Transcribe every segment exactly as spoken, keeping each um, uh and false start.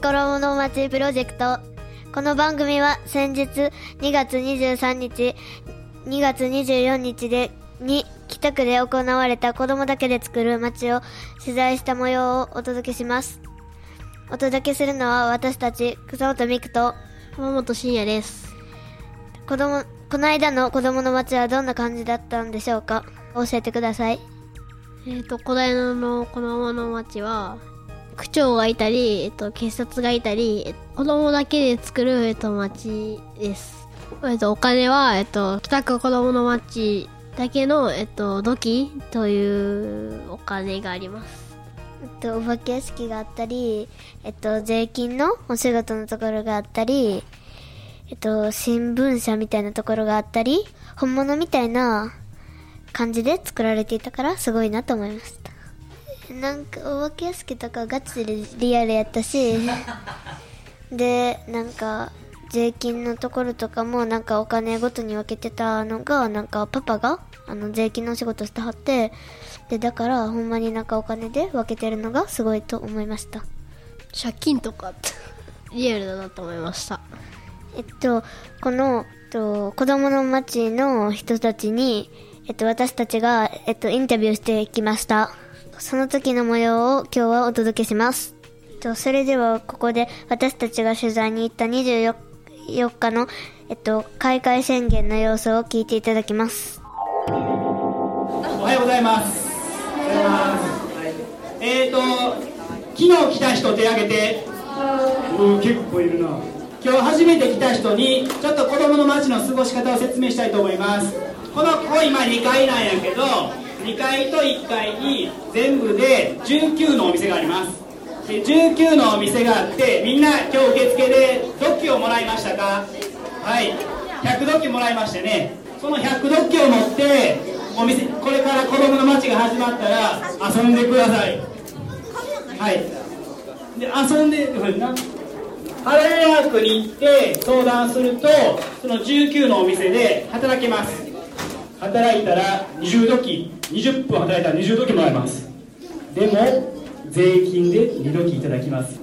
衣の街プロジェクト。この番組は先日にがつにじゅうさんにち、にがつにじゅうよっかでに北区で行われた子供だけで作る街を取材した模様をお届けします。お届けするのは私たち草本美久と浜本真也です。 子供この間の子供の街はどんな感じだったんでしょうか。教えてください。 えっ、ー、とこの間の子供の街は区長がいたり、えっと、警察がいたり、子供だけで作る、えっと、街です。えっと、お金は、えっと、北区子供の街だけの、えっと、土器というお金があります。 えっと、お化け屋敷があったり、えっと、税金のお仕事のところがあったり、えっと、新聞社みたいなところがあったり、本物みたいな感じで作られていたからすごいなと思いました。なんかお化け屋敷とかガチでリアルやったしで、なんか税金のところとかもなんかお金ごとに分けてたのが、なんかパパがあの税金のお仕事してはって、でだからほんまになんかお金で分けてるのがすごいと思いました。 借金とかリアルだなと思いました。 えっとこの、えっと、子供の街の人たちに、えっと、私たちが、えっと、インタビューしてきました。その時の模様を今日はお届けします。それではここで私たちが取材に行ったにじゅうよっかの、えっと、開会宣言の様子を聞いていただきます。 おはようございます。おはようございます。えーと昨日来た人手挙げて。うん、結構いるな。今日初めて来た人にちょっと子供の街の過ごし方を説明したいと思います。このここ今にかいなんやけど、にかいといっかいに全部でじゅうきゅうのお店があります。でじゅうきゅうのお店があって、みんな今日受付で土器をもらいましたか？はい、ひゃく土器もらいましてね、そのひゃく土器を持ってお店、これから子供の街が始まったら遊んでください。はい、で遊んでハローワークに行って相談すると、そのじゅうきゅうのお店で働けます。働いたらにじゅう土器、にじゅっぷん働いたらにじゅう土器もらえます。でも税金でに土器いただきます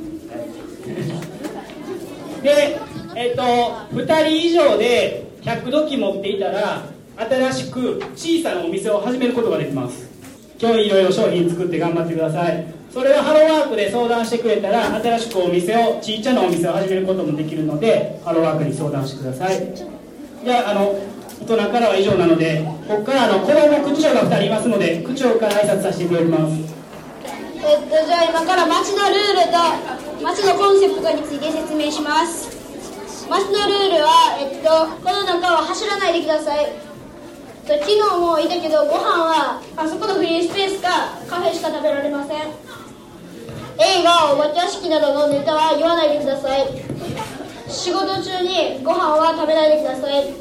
で、えっとふたり以上でひゃく土器持っていたら新しく小さなお店を始めることができます。今日いろいろ商品作って頑張ってください。それをハローワークで相談してくれたら、新しくお店を、ちっちゃなお店を始めることもできるので、ハローワークに相談してください。じゃあ、あの大人からは以上なので、ここからあの子ども区長がふたりいますので、区長から挨拶させていただきます。 えっと、じゃあ今から街のルールと街のコンセプトについて説明します。街のルールは、えっと、この中は走らないでください。昨日もいたけど、ご飯はあそこのフリースペースかカフェしか食べられません。映画、お化け屋敷などのネタは言わないでください。仕事中にご飯は食べないでください。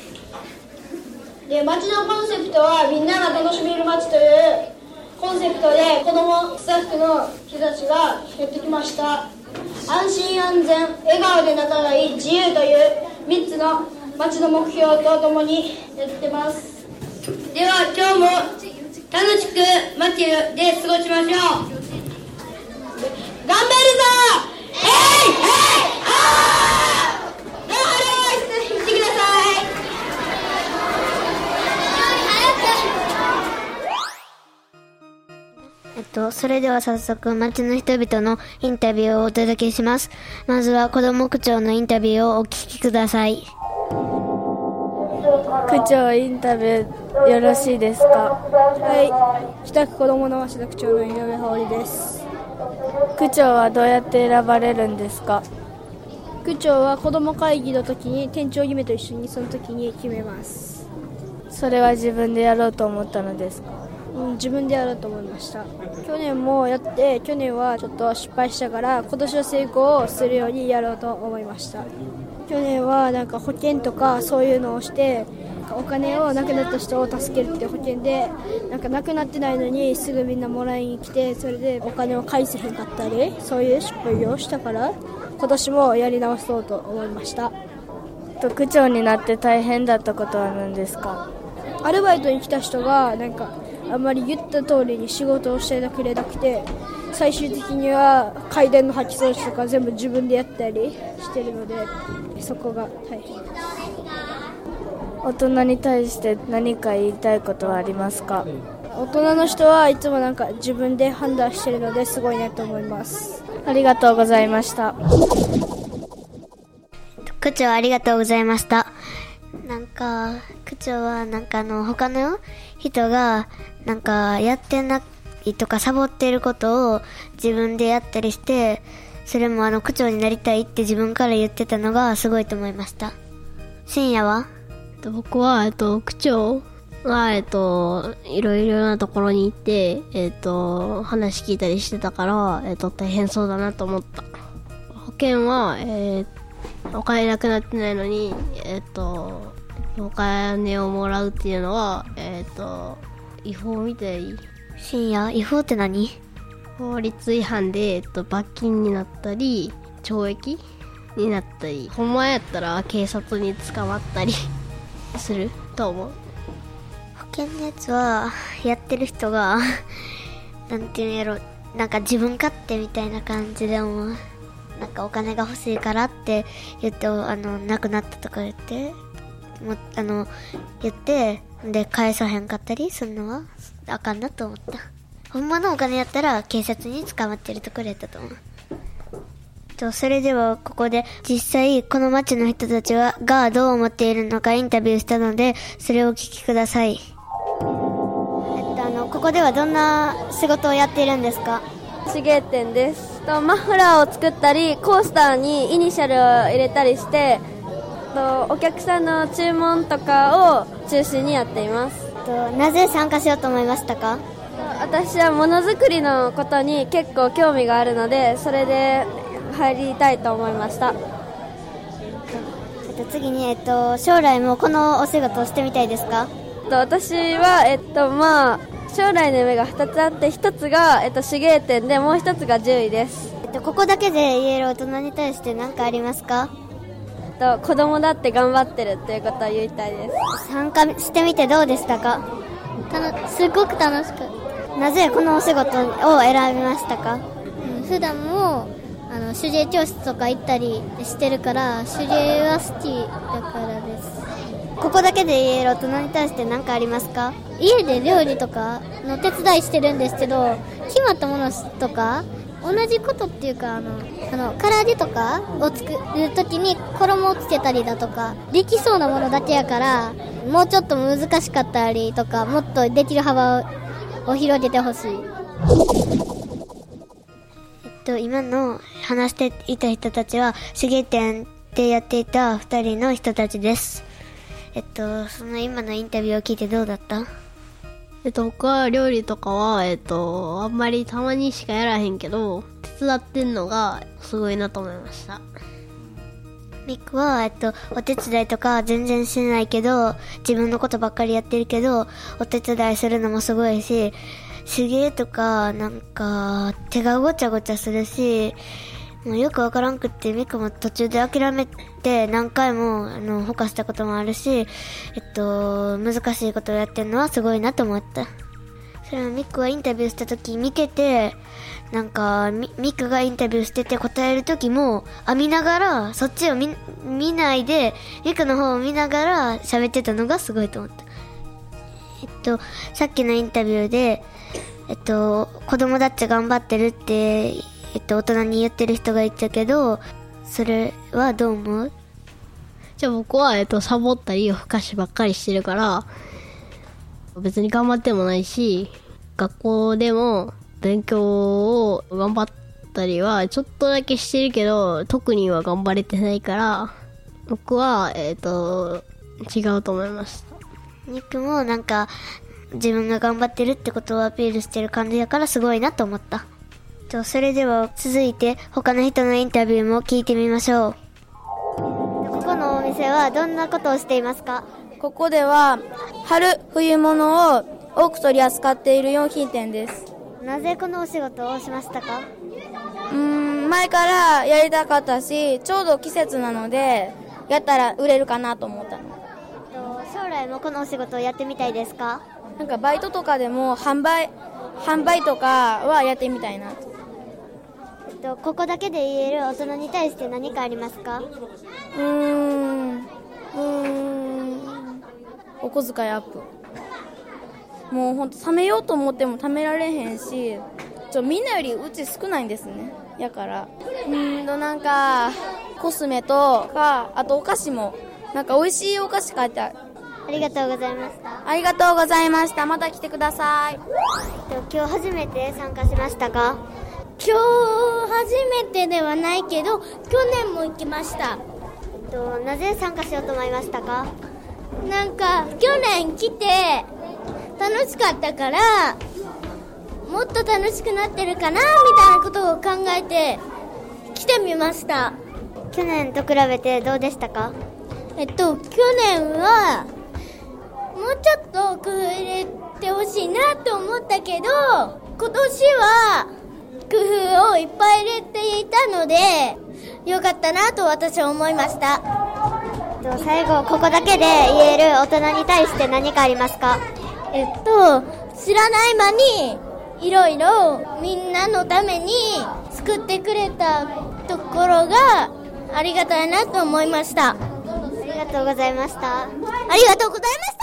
で、街のコンセプトはみんなが楽しめる街というコンセプトで、子どもスタッフの人たちがやってきました。安心安全、笑顔で仲がいい、自由というみっつの街の目標とともにやってます。では今日も楽しく街で過ごしましょう。頑張るぞ。えいえいあー、どうも行ってください。 えっと、それでは早速街の人々のインタビューをお届けします。まずは子ども区長のインタビューをお聞きください。 区長、インタビューよろしいですか？はい、北区子どもの町の区長の井上羽織です。区長はどうやって選ばれるんですか？区長は子ども会議の時に店長決めと一緒にその時に決めます。それは自分でやろうと思ったのですか？うん、自分でやろうと思いました。去年もやって、去年はちょっと失敗したから今年は成功するようにやろうと思いました。去年はなんか保険とかそういうのをして、お金を亡くなった人を助けるっていう保険で、なんか亡くなってないのにすぐみんなもらいに来て、それでお金を返せへんかったり、そういう失敗をしたから今年もやり直そうと思いました。区長になって大変だったことは何ですか？アルバイトに来た人がなんかあんまり言った通りに仕事をしてくれなくて、 最終的には階段の掃き掃除とか全部自分でやったりしてるので、そこが大変。 大人に対して何か言いたいことはありますか？ 大人の人はいつもなんか自分で判断してるのですごいなと思います。 ありがとうございました。 区長ありがとうございました。なんか区長はなんかあの他の人がなんかやってないとかサボっていることを自分でやったりして、それもあの区長になりたいって自分から言ってたのがすごいと思いました。深夜は僕は、えっと、区長が、えっと、いろいろなところに行って、えっと、話聞いたりしてたから、えっと、大変そうだなと思った。保険は、えー、お金なくなってないのに、えっと、お金をもらうっていうのは、えっと、違法みたい。 深夜、違法って何？ 法律違反で、えっと、罰金になったり、懲役になったり、ほんまやったら警察に捕まったりすると思う。 保険のやつはやってる人がなんていうんやろ、なんか自分勝手みたいな感じでも、なんかお金が欲しいからって言って、あのなくなったとか言ってもあの言ってで返さへんかったりするのはあかんなと思った。ほんまのお金やったら警察に捕まってるところやったと思う。とそれではここで実際この町の人たちはがどう思っているのかインタビューしたので、それをお聞きください。えっとあのここではどんな仕事をやっているんですか？ 手芸店です。とマフラーを作ったりコースターにイニシャルを入れたりして、とお客さんの注文とかを中心にやっています。 となぜ参加しようと思いましたか？ 私はものづくりのことに結構興味があるので、それで入りたいと思いました。 えっと、次に、えっと、将来もこのお仕事をしてみたいですか？ と私は、えっとまあ、将来の夢がふたつあって、ひとつが、えっと、手芸店で、もうひとつが獣医です。 えっと、ここだけで言える大人に対して何かありますか？ えっと、子供だって頑張ってるっていうことを言いたいです。 参加してみてどうでしたか？ たのすごく楽しく、 なぜこのお仕事を選びましたか？ うん、普段もあの手芸教室とか行ったりしてるから、手芸は好きだからです。 ここだけで言える大人に対して何かありますか？ 家で料理とかの手伝いしてるんですけど、決まったものとか同じことっていうか、あのあの唐揚げとかを作るときに衣をつけたりだとかできそうなものだけやから、もうちょっと難しかったりとか、もっとできる幅を広げてほしい。 えっと今の話していた人たちは手芸店でやっていたふたりの人たちです。えっとその今のインタビューを聞いてどうだった？ えっと、僕は料理とかは、えっと、あんまりたまにしかやらへんけど、手伝ってんのがすごいなと思いました。 ミクは、えっと、お手伝いとか全然しないけど、自分のことばっかりやってるけど、お手伝いするのもすごいし、手芸とか、なんか、手がごちゃごちゃするし、もうよくわからんくって、ミクも途中で諦めて何回も、あの、ほかしたこともあるし、えっと、難しいことをやってるのはすごいなと思った。それをミクはインタビューした時見てて、なんか、ミミクがインタビューしてて答える時も、あ、見ながら、そっちを見、見ないで、ミクの方を見ながら喋ってたのがすごいと思った。えっと、さっきのインタビューで、えっと、子供だって頑張ってるって、えっと、大人に言ってる人がいたけど、それはどう思う？ じゃあ僕は、えっと、サボったり夜更かしばっかりしてるから、別に頑張ってもないし、学校でも勉強を頑張ったりはちょっとだけしてるけど、特には頑張れてないから、僕は、えっと、違うと思いました。 ミクもなんか、自分が頑張ってるってことをアピールしてる感じだからすごいなと思った。それでは続いて他の人のインタビューも聞いてみましょう。ここのお店はどんなことをしていますか？ ここでは春冬物を多く取り扱っている用品店です。 なぜこのお仕事をしましたか？ うーん前からやりたかったし、ちょうど季節なのでやったら売れるかなと思ったの。 将来もこのお仕事をやってみたいですか？ なんかバイトとかでも販売販売とかはやってみたいな。 と、ここだけで言える大人に対して何かありますか？ うーんうーんお小遣いアップ。もうほんと貯めようと思っても貯められへんし、ちょみんなよりうち少ないんですね。やからうーんとなんかコスメとか、あとお菓子もなんか美味しいお菓子買いたい。 ありがとうございました。 ありがとうございました。また来てください。 今日初めて参加しましたか？ 今日初めてではないけど去年も行きました。 となぜ参加しようと思いましたか？ なんか去年来て楽しかったからもっと楽しくなってるかなみたいなことを考えて来てみました。 去年と比べてどうでしたか？ えっと去年はもうちょっと工夫入れてほしいなと思ったけど、今年は工夫をいっぱい入れていたのでよかったなと私は思いました。 最後ここだけで言える大人に対して何かありますか？ えっと知らない間にいろいろみんなのために作ってくれたところがありがたいなと思いました。 ありがとうございました。 ありがとうございました。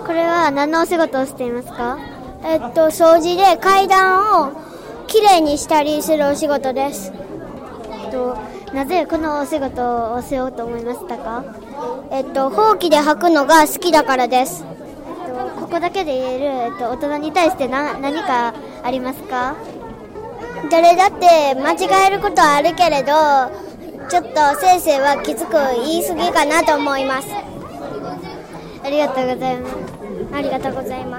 これは何のお仕事をしていますか？ えっと掃除で階段をきれいにしたりするお仕事です。 えっとなぜこのお仕事をしようと思いましたか？ えっとほうきで履くのが好きだからです。 えっとここだけで言える、えっと、大人に対してな何かありますか？ 誰だって間違えることはあるけれど、ちょっと先生はきつく言い過ぎかなと思います。 ありがとうございます。 ありがとうございます。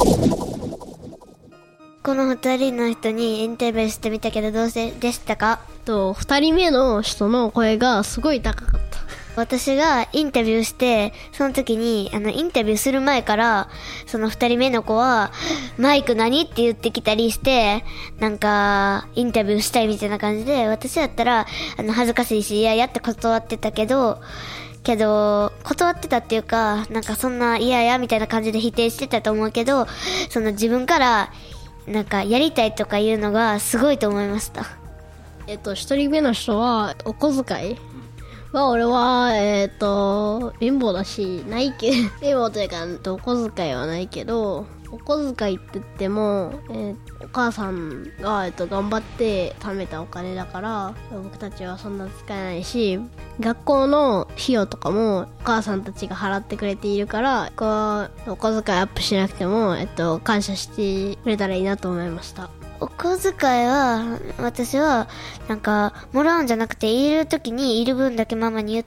この二人の人にインタビューしてみたけどどうでしたか？ と二人目の人の声がすごい高かった。 私がインタビューして、その時に、あの、インタビューする前から、その二人目の子は、マイク何って言ってきたりして、なんか、インタビューしたいみたいな感じで、私だったら、あの、恥ずかしいし、いや、やって断ってたけど、けど、断ってたっていうか、なんかそんな、いやいや、みたいな感じで否定してたと思うけど、その自分から、なんか、やりたいとか言うのが、すごいと思いました。 えっと、一人目の人は、お小遣いは、俺は、えっと、貧乏だし、ないけど、貧乏というか、お小遣いはないけど、お小遣いって言っても、えー、お母さんが、えっと、頑張って貯めたお金だから、僕たちはそんな使えないし、学校の費用とかも、お母さんたちが払ってくれているから、こう、お小遣いアップしなくても、えっと、感謝してくれたらいいなと思いました。 お小遣いは、私は、なんか、もらうんじゃなくて、いる時にいる分だけママに言って、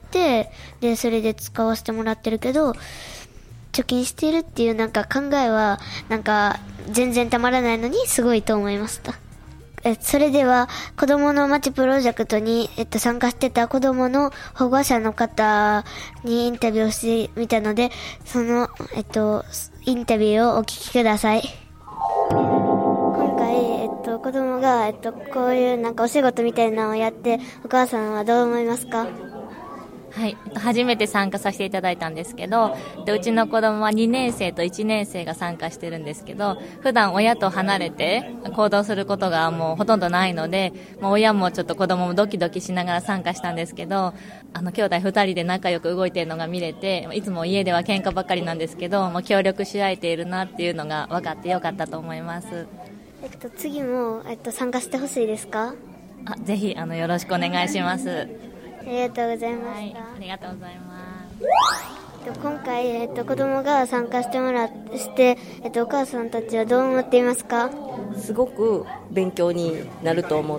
で、それで使わせてもらってるけど、貯金してるっていうなんか考えは、なんか、全然たまらないのに、すごいと思いました。え、それでは、子供の街プロジェクトに、えっと、参加してた子供の保護者の方にインタビューをしてみたので、その、えっと、インタビューをお聞きください。今回、えっと、子供が、えっと、こういうなんかお仕事みたいなのをやって、お母さんはどう思いますか？ はい、初めて参加させていただいたんですけど、うちの子供はにねん生といちねん生が参加してるんですけど、普段親と離れて行動することがもうほとんどないので、もう親もちょっと子供もドキドキしながら参加したんですけど、あの兄弟ふたりで仲良く動いているのが見れて、いつも家では喧嘩ばっかりなんですけど、もう協力し合えているなっていうのが分かってよかったと思います。 えっと、次も、えっと、参加してほしいですか？ あ、ぜひあのよろしくお願いします。 ありがとうございました。はい、 ありがとうございます。 えっと、今回、えっと、子供が参加してもらって、えっと、お母さんたちはどう思っていますか？ すごく勉強になると思って、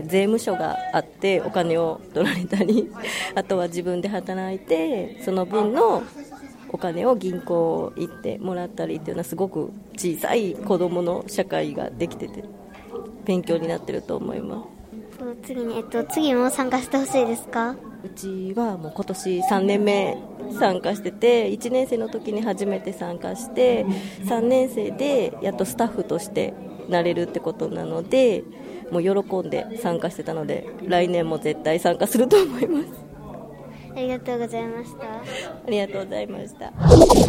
税務署があってお金を取られたり、あとは自分で働いてその分のお金を銀行行ってもらったりっていうのはすごく小さい子供の社会ができてて勉強になってると思います。 次に、えっと、次も参加してほしいですか？ うちはもう今年さんねんめ参加してて、いちねん生の時に初めて参加して、さんねん生でやっとスタッフとしてなれるってことなので、もう喜んで参加してたので、来年も絶対参加すると思います。 ありがとうございました。 ありがとうございました。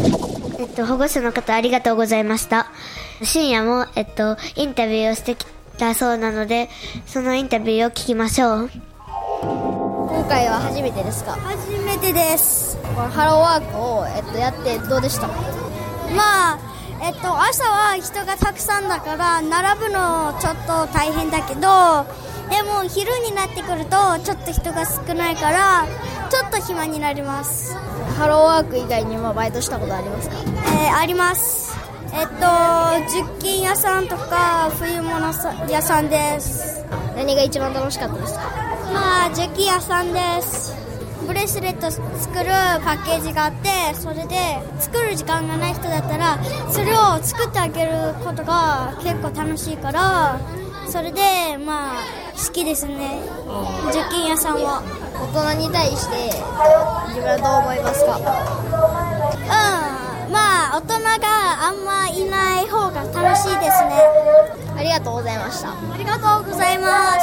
えっと、保護者の方ありがとうございました。深夜も、えっと、インタビューをしてきだそうなので、そのインタビューを聞きましょう。 今回は初めてですか？ 初めてです。 このハローワークを、えっと、やってどうでした？ まあ、えっと、朝は人がたくさんだから並ぶのちょっと大変だけど、でも昼になってくるとちょっと人が少ないからちょっと暇になります。 ハローワーク以外にもバイトしたことありますか？ えー、あります。えっと十金屋さんとか冬物屋さんです。 何が一番楽しかったですか？ まあ十金屋さんです。ブレスレット作るパッケージがあって、それで作る時間がない人だったらそれを作ってあげることが結構楽しいから、それでまあ好きですね、十金屋さんは。 大人に対して自分はどう思いますか？ うん、まあ大人があんまいない方が楽しいですね。 ありがとうございました。 ありがとうございます。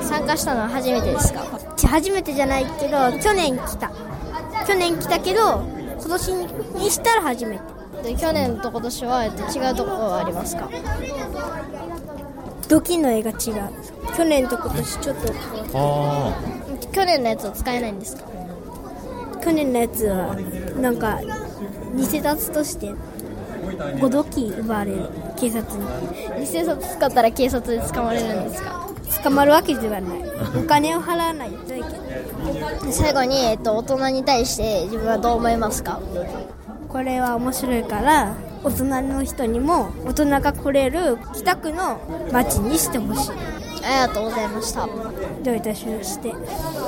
参加したのは初めてですか？ 初めてじゃないけど去年来た去年来たけど今年にしたら初めて。 去年と今年は、えっと、違うところはありますか？ 土器の絵が違う。去年と今年ちょっと変わった。去年のやつは使えないんですか？ 去年のやつはなんか偽札としてご土器奪われる、警察に。 偽札使ったら警察で捕まれるんですか？ 捕まるわけではない。お金を払わないといけない。 最後に、えっと、大人に対して自分はどう思いますか？ これは面白いから大人の人にも大人が来れる北区の街にしてほしい。 ありがとうございました。 どういたしまして。 えっ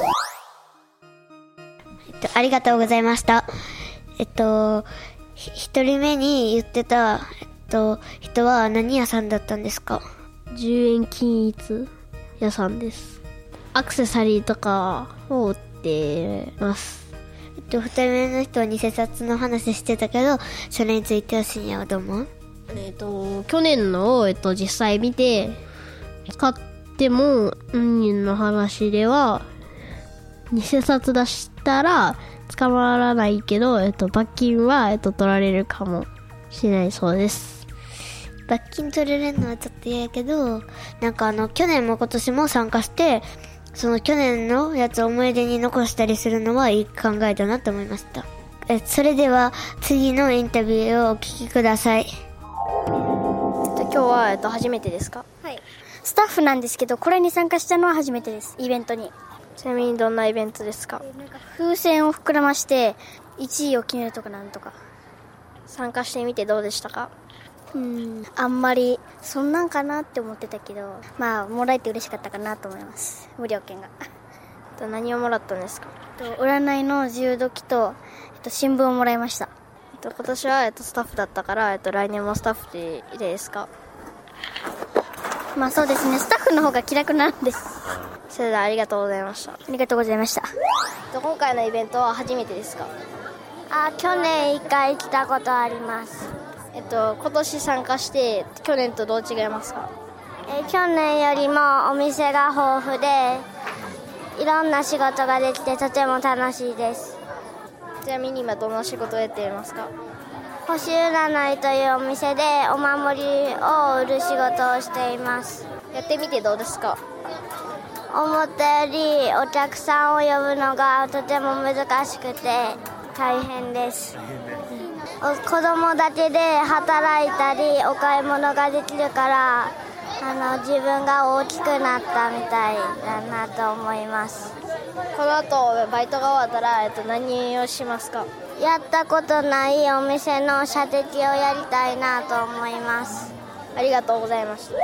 と、ありがとうございました。えっと一人目に言ってた、えっと、人は何屋さんだったんですか？ じゅうえん均一屋さんです。アクセサリーとかを売ってます。 えっと、二人目の人は偽札の話してたけど、それについては深夜はどう思う？ えっと、去年のを、えっと、実際見て、買っても、うんの話では、偽札出したら捕まらないけど、えっと、罰金は、えっと、取られるかもしれないそうです。 罰金取れるのはちょっと嫌やけど、なんかあの去年も今年も参加して、その去年のやつを思い出に残したりするのはいい考えだなと思いました。えそれでは次のインタビューをお聞きください。 今日は、えっと、初めてですか？ はい、スタッフなんですけど、これに参加したのは初めてです。イベントに。 ちなみにどんなイベントですか？ なんか風船を膨らましていちいを決めるとかなんとか。 参加してみてどうでしたか？ うん、あんまりそんなんかなって思ってたけど、まあもらえて嬉しかったかなと思います。無料券が。 何をもらったんですか？ 占いの自由時と、えっと、新聞をもらいました。 えっと、今年は、えっと、スタッフだったから、えっと、来年もスタッフでいいですか？ まあそうですね、スタッフの方が気楽なんです。 それではありがとうございました。 ありがとうございました。 今回のイベントは初めてですか？ あ、去年いっかい来たことあります。 えっと、今年参加して去年とどう違いますか？ え去年よりもお店が豊富でいろんな仕事ができてとても楽しいです。 ちなみに今どんな仕事をやっていますか？ 星占いというお店でお守りを売る仕事をしています。 やってみてどうですか？ 思ったよりお客さんを呼ぶのがとても難しくて大変です。子供だけで働いたりお買い物ができるからあの自分が大きくなったみたいだなと思います。 この後バイトが終わったら、えっと、何をしますか？ やったことないお店の射的をやりたいなと思います。 ありがとうございました。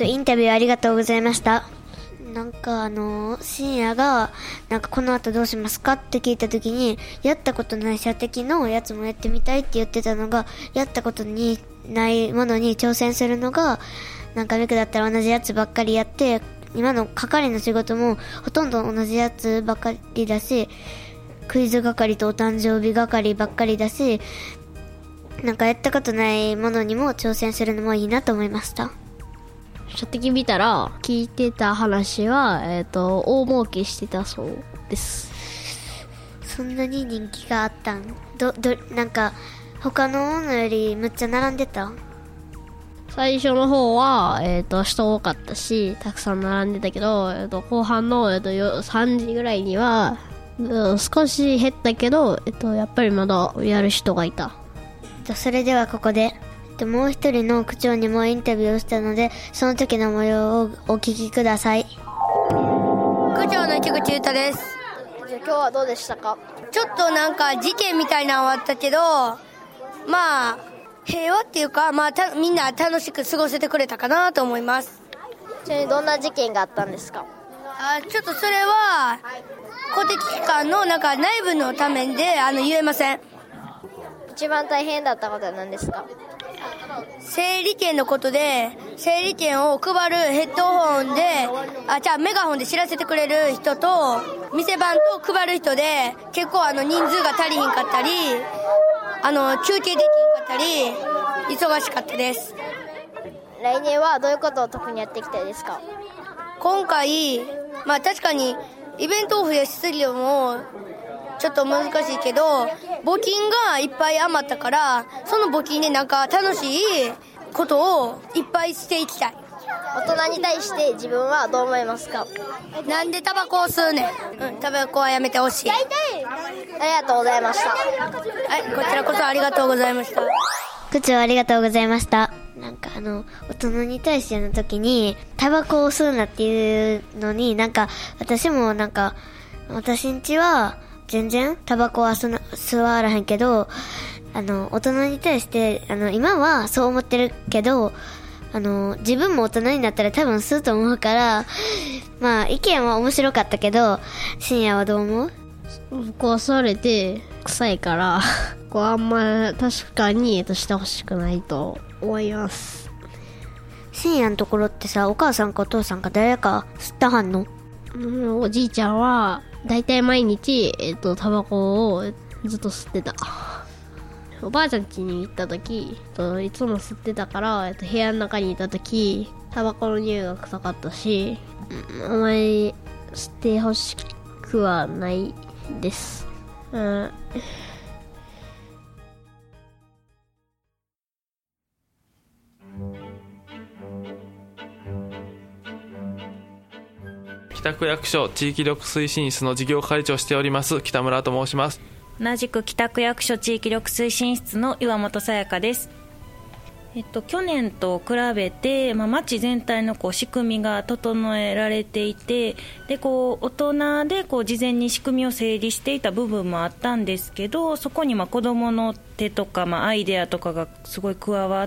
インタビューありがとうございました。なんかあの深夜がなんかこの後どうしますかって聞いた時に、やったことない射的のやつもやってみたいって言ってたのが、やったことにないものに挑戦するのが、なんかミクだったら同じやつばっかりやって、今の係の仕事もほとんど同じやつばっかりだし、クイズ係とお誕生日係ばっかりだし、なんかやったことないものにも挑戦するのもいいなと思いました。 射的見たら聞いてた話は、えーと、大儲けしてたそうです。 そんなに人気があったん？どどなんか他のものよりむっちゃ並んでた？ 最初の方は、えっと、人多かったし、たくさん並んでたけど、えっと、後半の、えっと、さんじぐらいには、うん、少し減ったけど、えっと、やっぱりまだやる人がいた。 それではここで、もう一人の区長にもインタビューをしたので、その時の模様をお聞きください。 区長の菊池優太です。 じゃあ今日はどうでしたか？ ちょっとなんか事件みたいなのはあったけど、まあ平和っていうか、まあ、たみんな楽しく過ごせてくれたかなと思います。 ちなみにどんな事件があったんですか？ あ、ちょっとそれは公的機関のなんか内部のためであの言えません。 一番大変だったことは何ですか？ 整理券のことで、整理券を配るヘッドホンで、あ、じゃあメガホンで知らせてくれる人と店番と配る人で結構あの人数が足りひんかったり、あの休憩できんかったり忙しかったです。 来年はどういうことを特にやっていきたいですか？ 今回、まあ確かにイベントを増やしすぎるのもちょっと難しいけど、募金がいっぱい余ったから、その募金でなんか楽しいことをいっぱいしていきたい。 大人に対して自分はどう思いますか？ なんでタバコを吸うねん。うん、タバコはやめてほしい。ありがとうございました。 はい、こちらこそありがとうございました。 区長ありがとうございました。なんかあの大人に対しての時にタバコを吸うなっていうのに、なんか私もなんか私んちは全然タバコは吸わらへんけど、あの大人に対してあの今はそう思ってるけど、あの自分も大人になったら多分吸うと思うから、まあ意見は面白かったけど、深夜はどう思う？ 僕は吸われて臭いからこうあんま確かにしてほしくないと思います。 深夜のところってさ、お母さんかお父さんか誰か吸ったはんの？ うん、おじいちゃんはだいたい毎日、えっと、タバコをずっと吸ってた。おばあちゃん家に行った時、えっと、いつも吸ってたから、えっと、部屋の中にいた時タバコの匂いが臭かったし、うん、あまり吸ってほしくはないです。うん。 北区役所地域力推進室の事業係長をしております北村と申します。 同じく北区役所地域力推進室の岩本さやかです。えっと、去年と比べて、まあ、町全体のこう仕組みが整えられていて、でこう大人でこう事前に仕組みを整理していた部分もあったんですけど、そこにまあ子どもの手とか、まあ、アイデアとかがすごい加わって、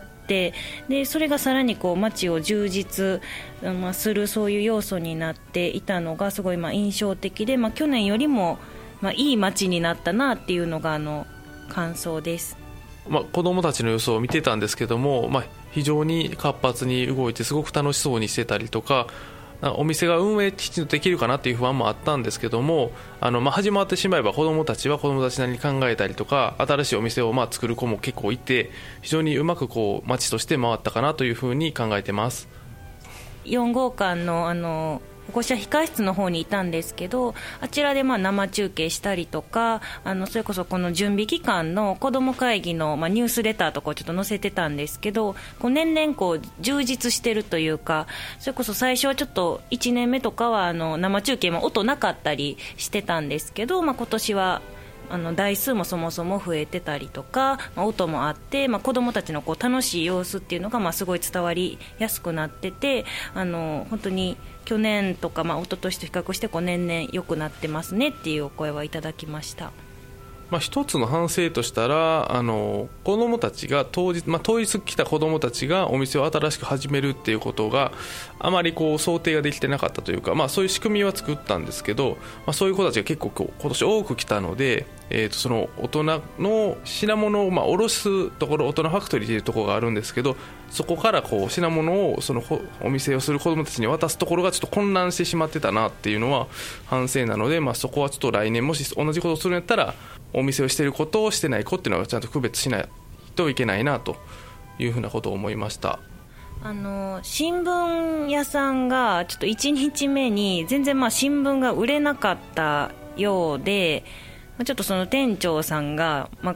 でそれがさらにこう町を充実、まあ、するそういう要素になっていたのがすごいまあ印象的で、まあ、去年よりもまあいい町になったなっていうのがあの感想です。 まあ、子どもたちの様子を見てたんですけども、まあ、非常に活発に動いてすごく楽しそうにしてたりとか、お店が運営きちんとできるかなっていう不安もあったんですけども、あの、まあ、始まってしまえば子どもたちは子どもたちなりに考えたりとか、新しいお店をまあ作る子も結構いて、非常にうまくこう街として回ったかなというふうに考えてます。 よん号館のあの保護者控室の方にいたんですけど、あちらでまあ生中継したりとか、あのそれこそこの準備期間の子ども会議のまあニュースレターとかをちょっと載せてたんですけど、こう年々こう充実してるというか、それこそ最初はちょっといちねんめとかはあの生中継も音なかったりしてたんですけど、まあ、今年はあの台数もそもそも増えてたりとか、まあ、音もあって、まあ、子どもたちのこう楽しい様子っていうのがまあすごい伝わりやすくなってて、あの本当に去年とか、まあ、一昨年と比較してこう年々良くなってますねっていうお声はいただきました。 まあ、一つの反省としたら、あの子どもたちが当日、まあ、当日来た子どもたちがお店を新しく始めるっていうことがあまりこう想定ができてなかったというか、まあ、そういう仕組みは作ったんですけど、まあ、そういう子たちが結構こう今年多く来たので、えー、とその大人の品物をまあ卸すところ、大人ファクトリーというところがあるんですけど、そこからこう品物をそのお店をする子どもたちに渡すところがちょっと混乱してしまってたなっていうのは反省なので、まあ、そこはちょっと来年もし同じことをするんやったらお店をしている子としてない子っていうのはちゃんと区別しないといけないなというふうなことを思いました。 あの新聞屋さんがちょっといちにちめに全然まあ新聞が売れなかったようで、ちょっとその店長さんが、まあ、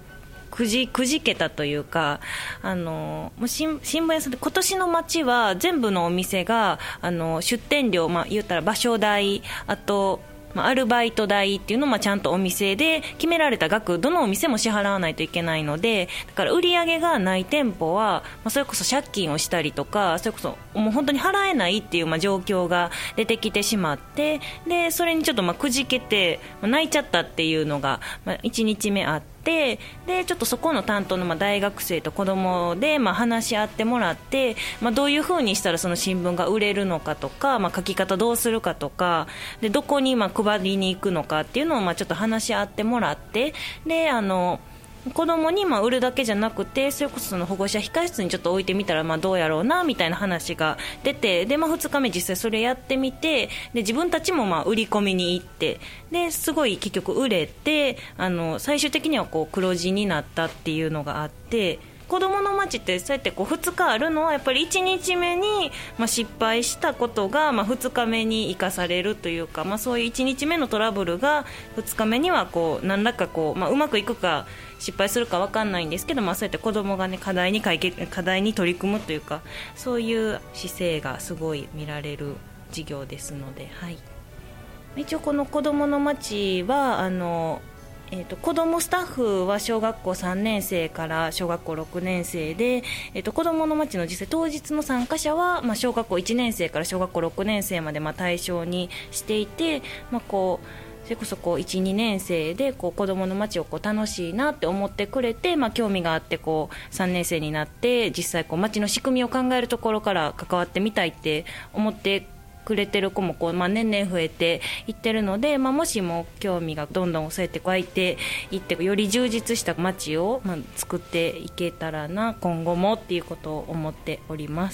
くじくじけたというか、あのもう新新聞屋さんで今年の街は全部のお店があの出店料、まあ、言ったら場所代、あとまあ、アルバイト代っていうのをまあちゃんとお店で決められた額、どのお店も支払わないといけないので、だから売り上げがない店舗は、まあ、それこそ借金をしたりとか、それこそもう本当に払えないっていうまあ状況が出てきてしまって、でそれにちょっとまあくじけて、まあ、泣いちゃったっていうのがまあいちにちめあって、でちょっとそこの担当のまあ大学生と子供でまあ話し合ってもらって、まあ、どういう風にしたらその新聞が売れるのかとか、まあ、書き方どうするかとかで、どこにまあ配りに行くのかっていうのをまあちょっと話し合ってもらって、であの子供にまあ売るだけじゃなくて、それこそその保護者控室にちょっと置いてみたらまあどうやろうなみたいな話が出て、で、まあ、ふつかめ実際それやってみて、で自分たちもまあ売り込みに行って、ですごい結局売れて、あの最終的にはこう黒字になったっていうのがあって、子どもの街ってそうやってこうふつかあるのはやっぱりいちにちめにまあ失敗したことがまあふつかめに生かされるというか、まあ、そういういちにちめのトラブルがふつかめにはこう何らかこう、まあ、うまくいくか失敗するか分かんないんですけど、まあ、そうやって子どもが、ね、課題に解決課題に取り組むというか、そういう姿勢がすごい見られる授業ですので、はい、一応この子どもの街はあのえー、と子どもスタッフは小学校さんねんせいから小学校ろくねんせいで、えー、と子どもの街の実際当日の参加者は、まあ、小学校いちねんせいから小学校ろくねんせいまでまあ対象にしていて、まあ、こうそれこそこういち、にねんせいでこう子どもの街をこう楽しいなって思ってくれて、まあ、興味があってこうさんねんせいになって実際こう街の仕組みを考えるところから関わってみたいって思ってくれてる子もこう、まあ、年々増えていってるので、まあ、もしも興味がどんどんそうやって湧いていってより充実した街を、まあ、作っていけたらな今後もっていうことを思っております。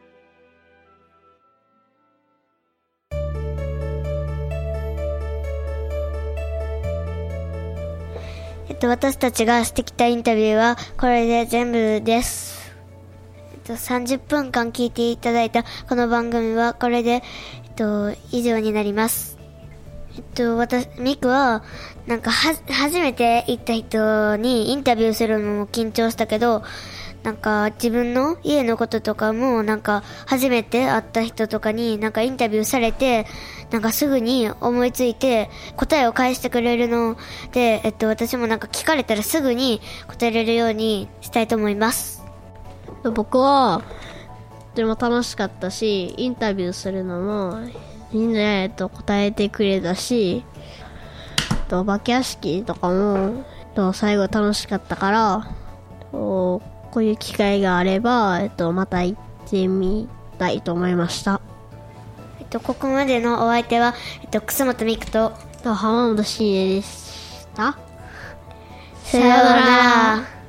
えっと、私たちがしてきたインタビューはこれで全部です。さんじゅっぷんかん聞いていただいたこの番組はこれで、えっと、以上になります。えっと、私、ミクは、なんかは、初めて行った人にインタビューするのも緊張したけど、なんか自分の家のこととかも、なんか初めて会った人とかになんかインタビューされて、なんかすぐに思いついて答えを返してくれるので、えっと、私もなんか聞かれたらすぐに答えれるようにしたいと思います。 僕はとても楽しかったし、インタビューするのもみんな、えっと、答えてくれたし、えっと、お化け屋敷とかも、えっと、最後楽しかったから、えっと、こういう機会があれば、えっと、また行ってみたいと思いました。 えっと、ここまでのお相手は、えっと、楠本美久と、 えっと、浜本慎也でした。 さようなら。